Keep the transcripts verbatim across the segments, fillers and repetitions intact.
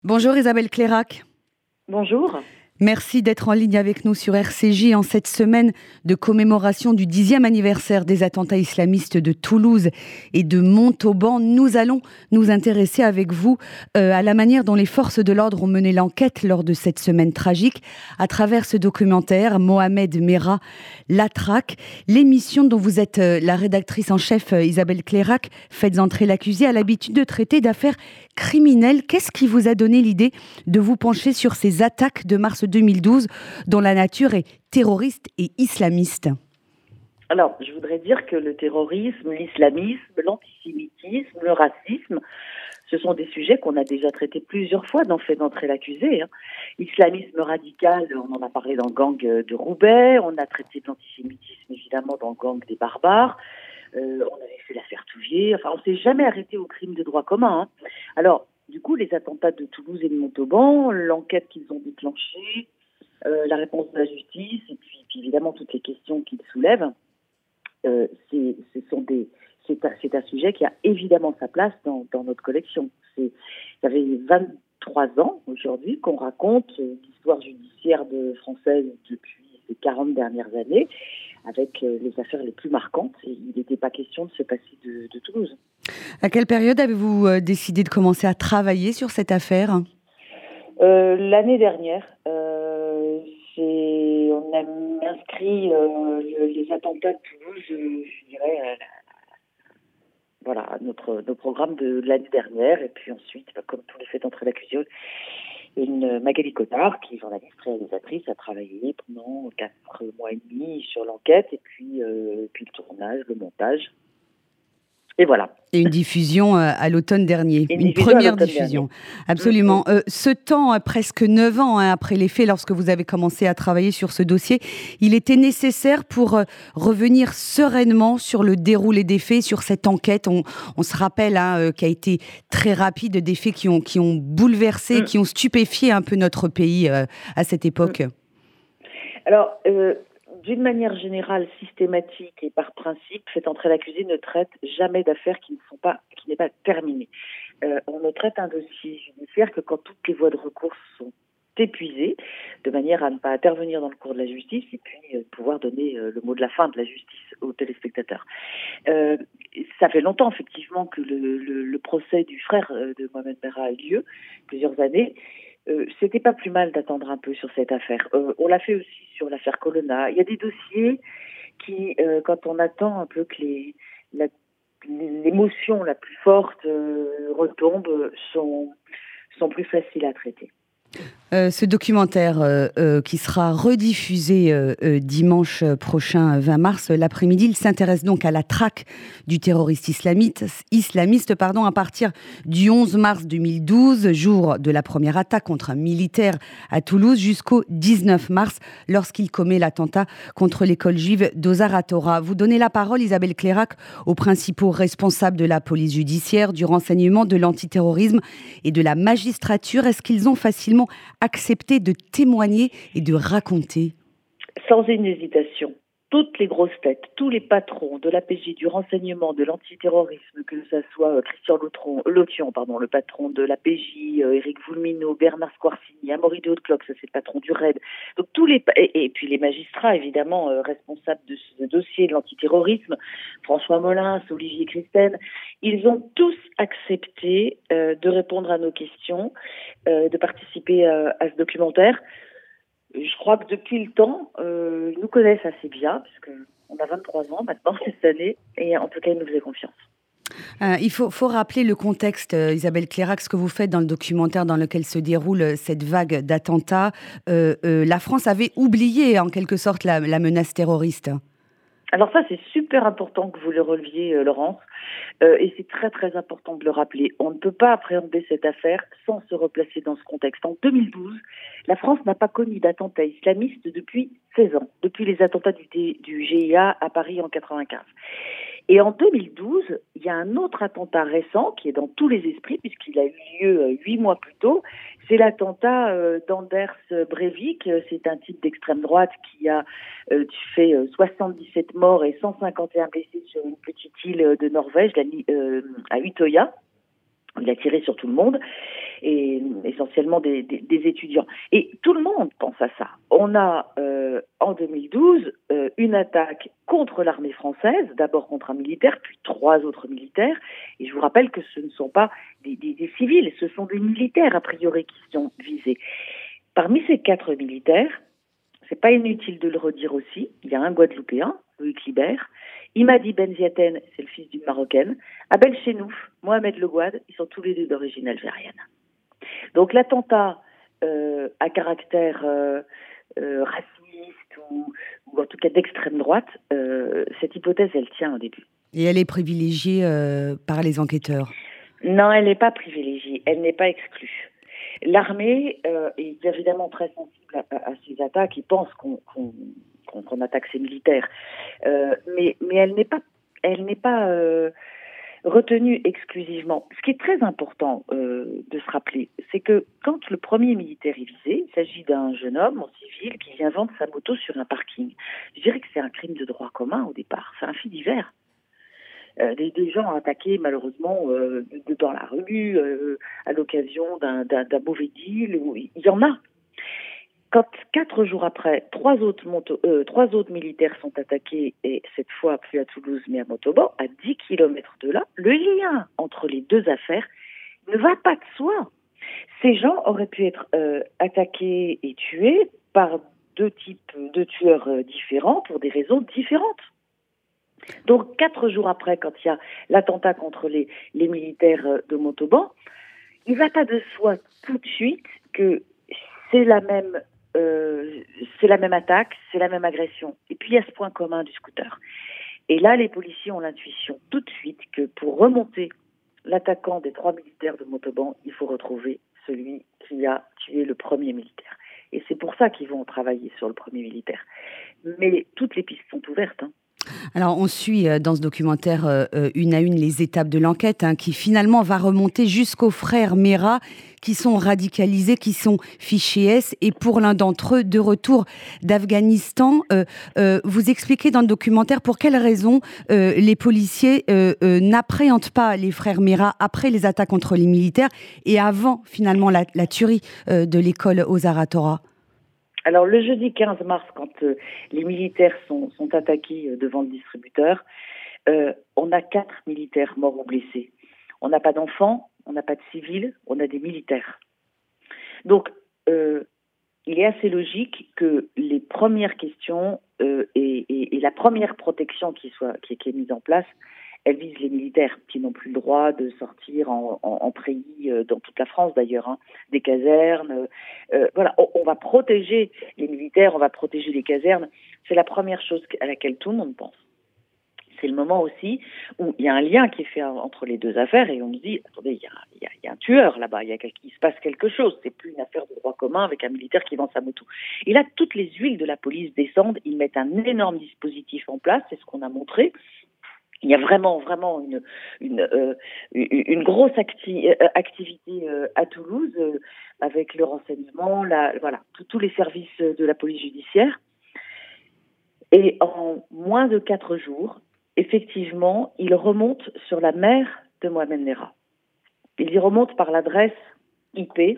Bonjour Isabelle Clairac. Bonjour. Merci d'être en ligne avec nous sur R C J en cette semaine de commémoration du dixième anniversaire des attentats islamistes de Toulouse et de Montauban. Nous allons nous intéresser avec vous euh, à la manière dont les forces de l'ordre ont mené l'enquête lors de cette semaine tragique à travers ce documentaire Mohamed Merah, La Traque. L'émission dont vous êtes euh, la rédactrice en chef, euh, Isabelle Clairac, Faites entrer l'accusé, a l'habitude de traiter d'affaires criminelles. Qu'est-ce qui vous a donné l'idée de vous pencher sur ces attaques de mars deux mille douze dont la nature est terroriste et islamiste? Alors, je voudrais dire que le terrorisme, l'islamisme, l'antisémitisme, le racisme, ce sont des sujets qu'on a déjà traités plusieurs fois dans Fait d'entrer l'accusé. Hein. Islamisme radical, on en a parlé dans le gang de Roubaix, on a traité de l'antisémitisme évidemment dans le gang des barbares, euh, on avait fait l'affaire Touvier, enfin on ne s'est jamais arrêté au crime de droit commun. Hein. Alors, du coup, les attentats de Toulouse et de Montauban, l'enquête qu'ils ont déclenchée, Euh, la réponse de la justice et puis, puis évidemment toutes les questions qu'il soulève, euh, c'est, ce sont des, c'est, un, c'est un sujet qui a évidemment sa place dans, dans notre collection. C'est, ça fait vingt-trois ans aujourd'hui qu'on raconte euh, l'histoire judiciaire de française depuis ces quarante dernières années avec euh, les affaires les plus marquantes et il n'était pas question de se passer de, de Toulouse. À quelle période avez-vous euh, décidé de commencer à travailler sur cette affaire ? Euh, l'année dernière, euh, c'est, on a inscrit euh, le, les attentats de Toulouse, euh, je dirais, à, la, voilà, à notre, nos programmes de, de l'année dernière. Et puis ensuite, bah, comme tous les faits d'entrée d'accusé, une Magali Cotard, qui est journaliste réalisatrice, a travaillé pendant quatre mois et demi sur l'enquête, et puis, euh, puis le tournage, le montage. Et voilà. Et une diffusion euh, à l'automne dernier, une, une première diffusion. Dernier. Absolument. Mmh. Euh, ce temps, euh, presque neuf ans hein, après les faits, lorsque vous avez commencé à travailler sur ce dossier, il était nécessaire pour euh, revenir sereinement sur le déroulé des faits, sur cette enquête. On, on se rappelle hein, euh, qui a été très rapide, des faits qui ont, qui ont bouleversé, mmh. qui ont stupéfié un peu notre pays euh, à cette époque. Mmh. Alors... Euh... D'une manière générale, systématique et par principe, Fait entrer l'accusé ne traite jamais d'affaires qui ne sont pas, qui n'est pas terminées. Euh, on ne traite un dossier judiciaire que quand toutes les voies de recours sont épuisées, de manière à ne pas intervenir dans le cours de la justice et puis euh, pouvoir donner euh, le mot de la fin de la justice aux téléspectateurs. Euh, ça fait longtemps effectivement que le, le, le procès du frère de Mohamed Merah a eu lieu, plusieurs années. Euh, c'était pas plus mal d'attendre un peu sur cette affaire. Euh, on l'a fait aussi sur l'affaire Colonna. Il y a des dossiers qui, euh, quand on attend un peu que les, la, l'émotion la plus forte euh, retombe, sont, sont plus faciles à traiter. Euh, ce documentaire euh, euh, qui sera rediffusé euh, euh, dimanche prochain, vingt mars, l'après-midi, il s'intéresse donc à la traque du terroriste islamiste, islamiste pardon, à partir du onze mars deux mille douze, jour de la première attaque contre un militaire à Toulouse, jusqu'au dix-neuf mars, lorsqu'il commet l'attentat contre l'école juive d'Ozar HaTorah. Vous donnez la parole, Isabelle Clairac, aux principaux responsables de la police judiciaire, du renseignement, de l'antiterrorisme et de la magistrature. Est-ce qu'ils ont facilement accepter de témoigner et de raconter? Sans une hésitation. Toutes les grosses têtes, tous les patrons de l'A P J, du renseignement, de l'antiterrorisme, que ce soit Christian Lautron, Lotion, pardon, le patron de l'A P J, euh, Éric Voulmino, Bernard Squarcini, Amaury de Hautecloque, ça c'est le patron du R A I D. Donc tous les et, et puis les magistrats évidemment euh, responsables de ce dossier de l'antiterrorisme, François Molins, Olivier Christen, ils ont tous accepté euh, de répondre à nos questions, euh, de participer à, à ce documentaire. Je crois que depuis le temps, euh, ils nous connaissent assez bien, puisqu'on a vingt-trois ans maintenant cette année, et en tout cas, ils nous faisaient confiance. Euh, il faut, faut rappeler le contexte, euh, Isabelle Clairac, ce que vous faites dans le documentaire dans lequel se déroule euh, cette vague d'attentats. Euh, euh, la France avait oublié, en quelque sorte, la, la menace terroriste. Alors ça, c'est super important que vous le releviez, euh, Laurence, euh, et c'est très très important de le rappeler. On ne peut pas appréhender cette affaire sans se replacer dans ce contexte. En deux mille douze, la France n'a pas connu d'attentats islamistes depuis seize ans, depuis les attentats du, du G I A à Paris en quatre-vingt-quinze. Et en deux mille douze, il y a un autre attentat récent qui est dans tous les esprits, puisqu'il a eu lieu huit mois plus tôt. C'est l'attentat euh, d'Anders Breivik. C'est un type d'extrême droite qui a euh, fait euh, soixante-dix-sept morts et cent cinquante et un blessés sur une petite île de Norvège, la, euh, à Utøya. Il a tiré sur tout le monde, et essentiellement des, des, des étudiants. Et tout le monde pense à ça. On a euh, en deux mille douze euh, une attaque contre l'armée française, d'abord contre un militaire, puis trois autres militaires. Et je vous rappelle que ce ne sont pas des, des, des civils, ce sont des militaires a priori qui sont visés. Parmi ces quatre militaires, c'est pas inutile de le redire aussi, il y a un Guadeloupéen, Louis Clibert, Imadi Benziaten, c'est le fils d'une Marocaine, Abel Chenouf, Mohamed Le Gouad, ils sont tous les deux d'origine algérienne. Donc l'attentat euh, à caractère euh, euh, raciste ou, ou en tout cas d'extrême droite, euh, cette hypothèse, elle tient au début. Et elle est privilégiée euh, par les enquêteurs? Non, elle n'est pas privilégiée, elle n'est pas exclue. L'armée euh, est évidemment très sensible à, à, à ces attaques, ils pensent qu'on, qu'on, qu'on, qu'on attaque ces militaires, euh, mais, mais elle n'est pas, elle n'est pas euh, retenue exclusivement. Ce qui est très important euh, de se rappeler, c'est que quand le premier militaire est visé, il s'agit d'un jeune homme en civil qui vient vendre sa moto sur un parking. Je dirais que c'est un crime de droit commun au départ, c'est un fait divers. Euh, des, des gens attaqués malheureusement euh, de, de dans la rue euh, à l'occasion d'un, d'un, d'un mauvais deal, où il y en a. Quand quatre jours après, trois autres, moto, euh, trois autres militaires sont attaqués, et cette fois plus à Toulouse mais à Montauban, à dix kilomètres de là, le lien entre les deux affaires ne va pas de soi. Ces gens auraient pu être euh, attaqués et tués par deux types de tueurs euh, différents pour des raisons différentes. Donc, quatre jours après, quand il y a l'attentat contre les, les militaires de Montauban, il ne va pas de soi tout de suite que c'est la même, euh, c'est la même attaque, c'est la même agression. Et puis, il y a ce point commun du scooter. Et là, les policiers ont l'intuition tout de suite que pour remonter l'attaquant des trois militaires de Montauban, il faut retrouver celui qui a tué le premier militaire. Et c'est pour ça qu'ils vont travailler sur le premier militaire. Mais toutes les pistes sont ouvertes, hein. Alors, on suit dans ce documentaire euh, une à une les étapes de l'enquête hein, qui finalement va remonter jusqu'aux frères Mera qui sont radicalisés, qui sont fichés S et pour l'un d'entre eux de retour d'Afghanistan. Euh, euh, vous expliquez dans le documentaire pour quelles raisons euh, les policiers euh, euh, n'appréhendent pas les frères Mera après les attaques contre les militaires et avant finalement la, la tuerie euh, de l'école Ozar Hatorah. Alors, le jeudi quinze mars, quand euh, les militaires sont, sont attaqués euh, devant le distributeur, euh, on a quatre militaires morts ou blessés. On n'a pas d'enfants, on n'a pas de civils, on a des militaires. Donc, euh, il est assez logique que les premières questions euh, et, et, et la première protection qui, soit, qui, qui est mise en place, elle vise les militaires qui n'ont plus le droit de sortir en, en, en treillis euh, dans toute la France d'ailleurs, hein, des casernes. Euh, voilà, on, on va protéger les militaires, on va protéger les casernes. C'est la première chose à laquelle tout le monde pense. C'est le moment aussi où il y a un lien qui est fait entre les deux affaires et on se dit, attendez, il y a, il y a, il y a un tueur là-bas, il, y a, il se passe quelque chose. C'est plus une affaire de droit commun avec un militaire qui vend sa moto. Et là, toutes les huiles de la police descendent, ils mettent un énorme dispositif en place, c'est ce qu'on a montré. Il y a vraiment, vraiment une, une, euh, une grosse acti- activité euh, à Toulouse euh, avec le renseignement, la, voilà, tous les services de la police judiciaire. Et en moins de quatre jours, effectivement, il remonte sur la mère de Mohamed Merah. Il y remonte par l'adresse I P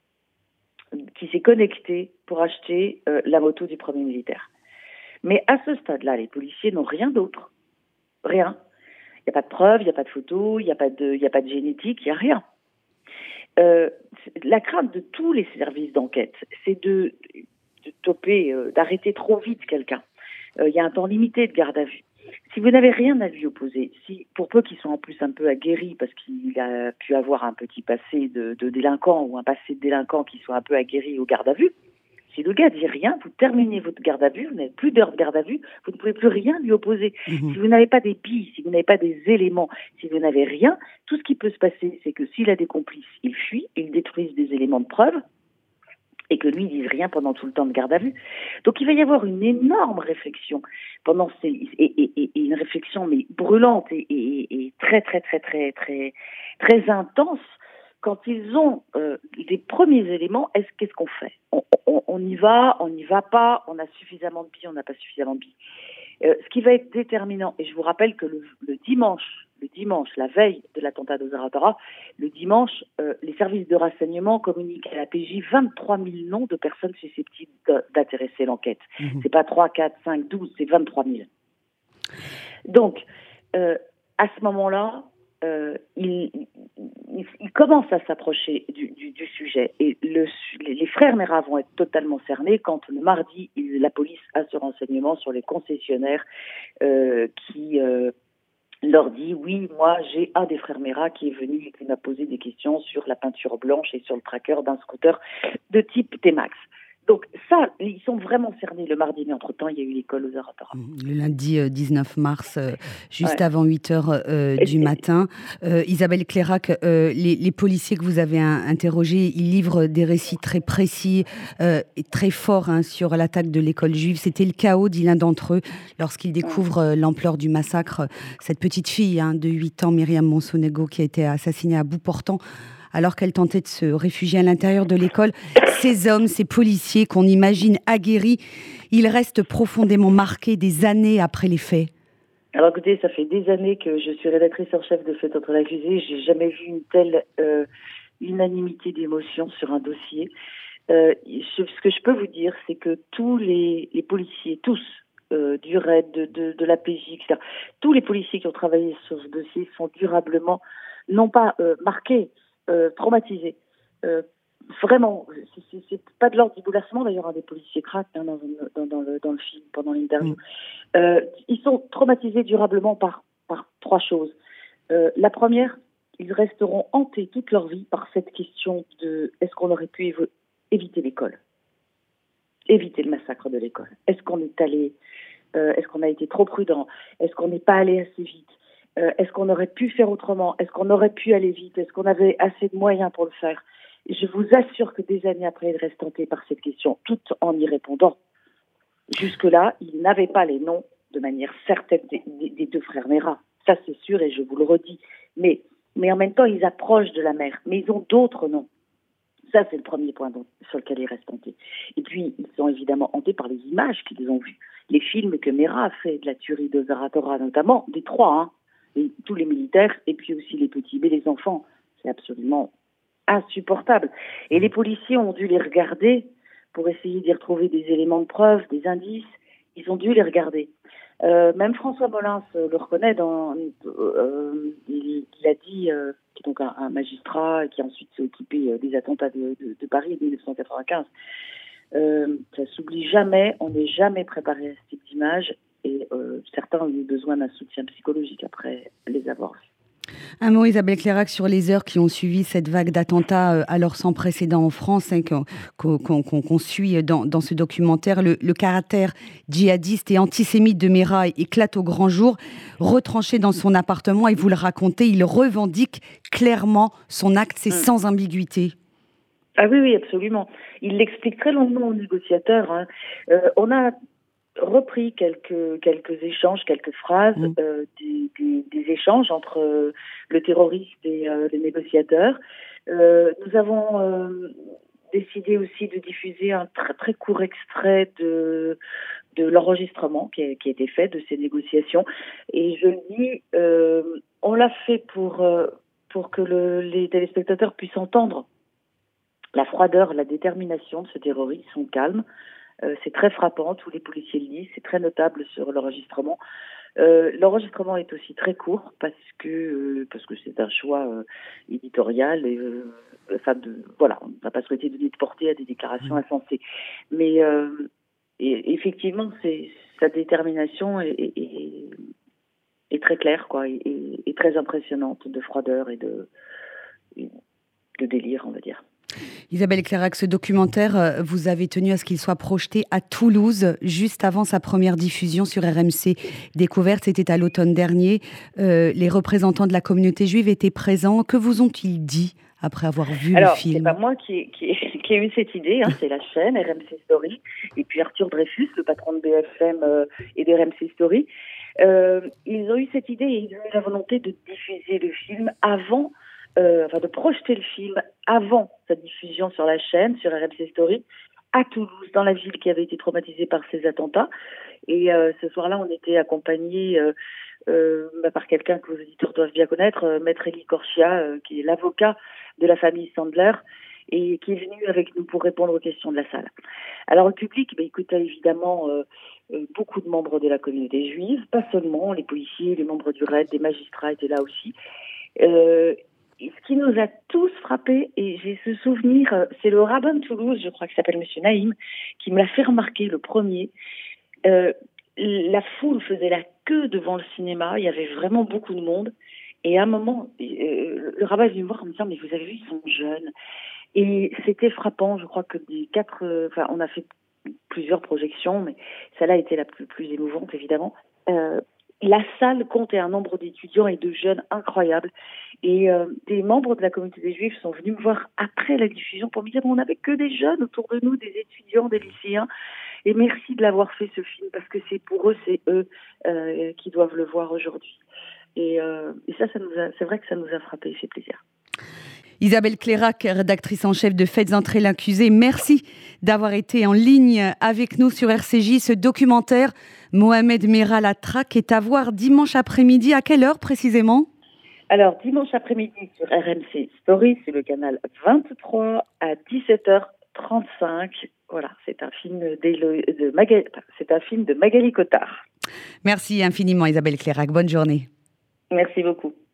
qui s'est connectée pour acheter euh, la moto du premier militaire. Mais à ce stade-là, les policiers n'ont rien d'autre. Rien. Il n'y a pas de preuves, il n'y a pas de photos, il n'y a pas de, il n'y a pas de génétique, il n'y a rien. Euh, la crainte de tous les services d'enquête, c'est de, de toper, euh, d'arrêter trop vite quelqu'un. Euh, il y a un temps limité de garde à vue. Si vous n'avez rien à lui opposer, si, pour peu qu'il soit en plus un peu aguerri parce qu'il a pu avoir un petit passé de, de délinquant ou un passé de délinquant qui soit un peu aguerri au garde à vue, si le gars dit rien, vous terminez votre garde à vue, vous n'avez plus d'heure de garde à vue, vous ne pouvez plus rien lui opposer. Mmh. Si vous n'avez pas des billes, si vous n'avez pas des éléments, si vous n'avez rien, tout ce qui peut se passer, c'est que s'il a des complices, il fuit, il détruise des éléments de preuve, et que lui, il dise rien pendant tout le temps de garde à vue. Donc il va y avoir une énorme réflexion pendant ces, et, et, et, et une réflexion mais brûlante et, et, et très très très très très très intense. Quand ils ont euh, les premiers éléments, est-ce, qu'est-ce qu'on fait on, on, on y va, on n'y va pas, on a suffisamment de billes, on n'a pas suffisamment de billes. Euh, ce qui va être déterminant, et je vous rappelle que le, le dimanche, le dimanche, la veille de l'attentat d'Ozaratora, le dimanche, euh, les services de renseignement communiquent à la P J vingt-trois mille noms de personnes susceptibles d'intéresser l'enquête. Mmh. C'est pas trois, quatre, cinq, douze, c'est vingt-trois mille. Donc, euh, à ce moment-là, euh, il, il, il commence à s'approcher du, du, du sujet. Et le, les, les frères Meyrat vont être totalement cernés quand le mardi, il, la police a ce renseignement sur les concessionnaires euh, qui euh, leur dit « Oui, moi, j'ai un des frères Meyrat qui est venu et qui m'a posé des questions sur la peinture blanche et sur le tracker d'un scooter de type T-Max ». Donc ça, ils sont vraiment cernés le mardi, mais entre-temps, il y a eu l'école Ozaratora. Le lundi euh, dix-neuf mars, euh, juste ouais. avant huit heures euh, du matin. Euh, Isabelle Clairac, euh, les, les policiers que vous avez un, interrogés, ils livrent des récits très précis euh, et très forts hein, sur l'attaque de l'école juive. C'était le chaos, dit l'un d'entre eux, lorsqu'il découvre euh, l'ampleur du massacre. Cette petite fille hein, de huit ans, Myriam Monsonego, qui a été assassinée à bout portant, alors qu'elle tentait de se réfugier à l'intérieur de l'école. Ces hommes, ces policiers qu'on imagine aguerris, ils restent profondément marqués des années après les faits. Alors écoutez, ça fait des années que je suis rédactrice en chef de Fait entre l'accusé. J'ai jamais vu une telle euh, unanimité d'émotions sur un dossier. Euh, je, ce que je peux vous dire, c'est que tous les, les policiers, tous, euh, du R A I D, de, de, de la P J, et cetera, tous les policiers qui ont travaillé sur ce dossier sont durablement, non pas euh, marqués, Euh, traumatisés. Euh, vraiment, c'est, c'est, c'est pas de l'ordre du bouleversement. D'ailleurs, un des policiers craque hein, dans, dans, dans, le, dans le film, pendant l'interview. Mmh. Euh, ils sont traumatisés durablement par, par trois choses. Euh, la première, ils resteront hantés toute leur vie par cette question de est-ce qu'on aurait pu évo- éviter l'école, éviter le massacre de l'école. Est-ce qu'on est allé, euh, est-ce qu'on a été trop prudent, est-ce qu'on n'est pas allé assez vite? Euh, est-ce qu'on aurait pu faire autrement? Est-ce qu'on aurait pu aller vite? Est-ce qu'on avait assez de moyens pour le faire? Je vous assure que des années après, ils restent tentés par cette question, tout en y répondant. Jusque-là, ils n'avaient pas les noms de manière certaine des, des, des deux frères Meyrat. Ça, c'est sûr, et je vous le redis. Mais, mais en même temps, ils approchent de la mer. Mais ils ont d'autres noms. Ça, c'est le premier point dont, sur lequel ils restent tentés. Et puis, ils sont évidemment hantés par les images qu'ils ont vues. Les films que Meyrat a fait de la tuerie d'Ozaratora, notamment, des trois, hein. Et tous les militaires, et puis aussi les petits, mais les enfants, c'est absolument insupportable. Et les policiers ont dû les regarder pour essayer d'y retrouver des éléments de preuve, des indices. Ils ont dû les regarder. Euh, même François Molins le reconnaît, dans, euh, il, il a dit, euh, qui est donc un, un magistrat qui ensuite s'est occupé des attentats de, de, de Paris de dix-neuf cent quatre-vingt-quinze. Euh, ça s'oublie jamais, on n'est jamais préparé à ce type d'image. Et euh, certains ont eu besoin d'un soutien psychologique après les avoir vus. Un mot, Isabelle Clairac, sur les heures qui ont suivi cette vague d'attentats euh, alors sans précédent en France, hein, qu'on, qu'on, qu'on, qu'on suit dans, dans ce documentaire. Le, le caractère djihadiste et antisémite de Meyrat éclate au grand jour. Retranché dans son appartement, et vous le racontez, il revendique clairement son acte, c'est mmh. sans ambiguïté. Ah oui, oui, absolument. Il l'explique très longuement aux négociateurs. Hein. Euh, on a repris quelques quelques échanges, quelques phrases, mmh. euh, des, des, des échanges entre euh, le terroriste et euh, les négociateurs. Euh, nous avons euh, décidé aussi de diffuser un très très court extrait de de l'enregistrement qui a, qui a été fait de ces négociations. Et je le dis, euh, on l'a fait pour euh, pour que le, les téléspectateurs puissent entendre la froideur, la détermination de ce terroriste, son calme. Euh, c'est très frappant, tous les policiers le disent, c'est très notable sur l'enregistrement. Euh, l'enregistrement est aussi très court parce que euh, parce que c'est un choix euh, éditorial et euh, enfin de voilà, on n'a pas souhaité donner de portée à des déclarations insensées. Mais euh, et, effectivement, c'est sa détermination est, est, est, est très claire quoi, et, et, et très impressionnante de froideur et de de délire, on va dire. Isabelle Clairac, ce documentaire, vous avez tenu à ce qu'il soit projeté à Toulouse, juste avant sa première diffusion sur R M C Découverte. C'était à l'automne dernier. Euh, les représentants de la communauté juive étaient présents. Que vous ont-ils dit après avoir vu Alors, le film? C'est pas moi qui, qui, qui ai eu cette idée, hein, c'est la chaîne R M C Story, et puis Arthur Dreyfus, le patron de B F M euh, et d'R M C Story. Euh, ils ont eu cette idée et ils ont eu la volonté de diffuser le film avant Euh, enfin de projeter le film avant sa diffusion sur la chaîne, sur R M C Story, à Toulouse, dans la ville qui avait été traumatisée par ces attentats. Et euh, ce soir-là, on était accompagnés euh, euh, bah, par quelqu'un que vos auditeurs doivent bien connaître, euh, Maître Elie Korchia, euh, qui est l'avocat de la famille Sandler, et qui est venu avec nous pour répondre aux questions de la salle. Alors le public, bah, écoutait évidemment euh, euh, beaucoup de membres de la communauté juive, pas seulement les policiers, les membres du R A I D, des magistrats étaient là aussi. Euh, et ce qui nous a tous frappés, et j'ai ce souvenir, euh, c'est le rabbin de Toulouse, je crois qu'il s'appelle Monsieur Naïm, qui me l'a fait remarquer le premier. Euh, la foule faisait la queue devant le cinéma, il y avait vraiment beaucoup de monde. Et à un moment, euh, le rabbin est venu me voir en me disant « Mais vous avez vu, ils sont jeunes ». Et c'était frappant, je crois que des quatre... Euh, enfin, on a fait plusieurs projections, mais celle-là était la plus, plus émouvante, évidemment. Euh, la salle comptait un nombre d'étudiants et de jeunes incroyables. Et euh, des membres de la communauté des Juifs sont venus me voir après la diffusion pour me dire bon, « On n'avait que des jeunes autour de nous, des étudiants, des lycéens. Et merci de l'avoir fait, ce film, parce que c'est pour eux, c'est eux euh, qui doivent le voir aujourd'hui. » Et, euh, et ça, ça nous a, c'est vrai que ça nous a frappé, fait plaisir. Isabelle Clairac, rédactrice en chef de Faites entrer l'accusé, merci d'avoir été en ligne avec nous sur R C J. Ce documentaire, Mohamed Merah, la traque, est à voir dimanche après-midi. À quelle heure précisément ? Alors, dimanche après-midi sur R M C Story, c'est le canal vingt-trois à dix-sept heures trente-cinq. Voilà, c'est un film de, Magali, c'est un film de Magali Cotard. Merci infiniment Isabelle Clairac. Bonne journée. Merci beaucoup.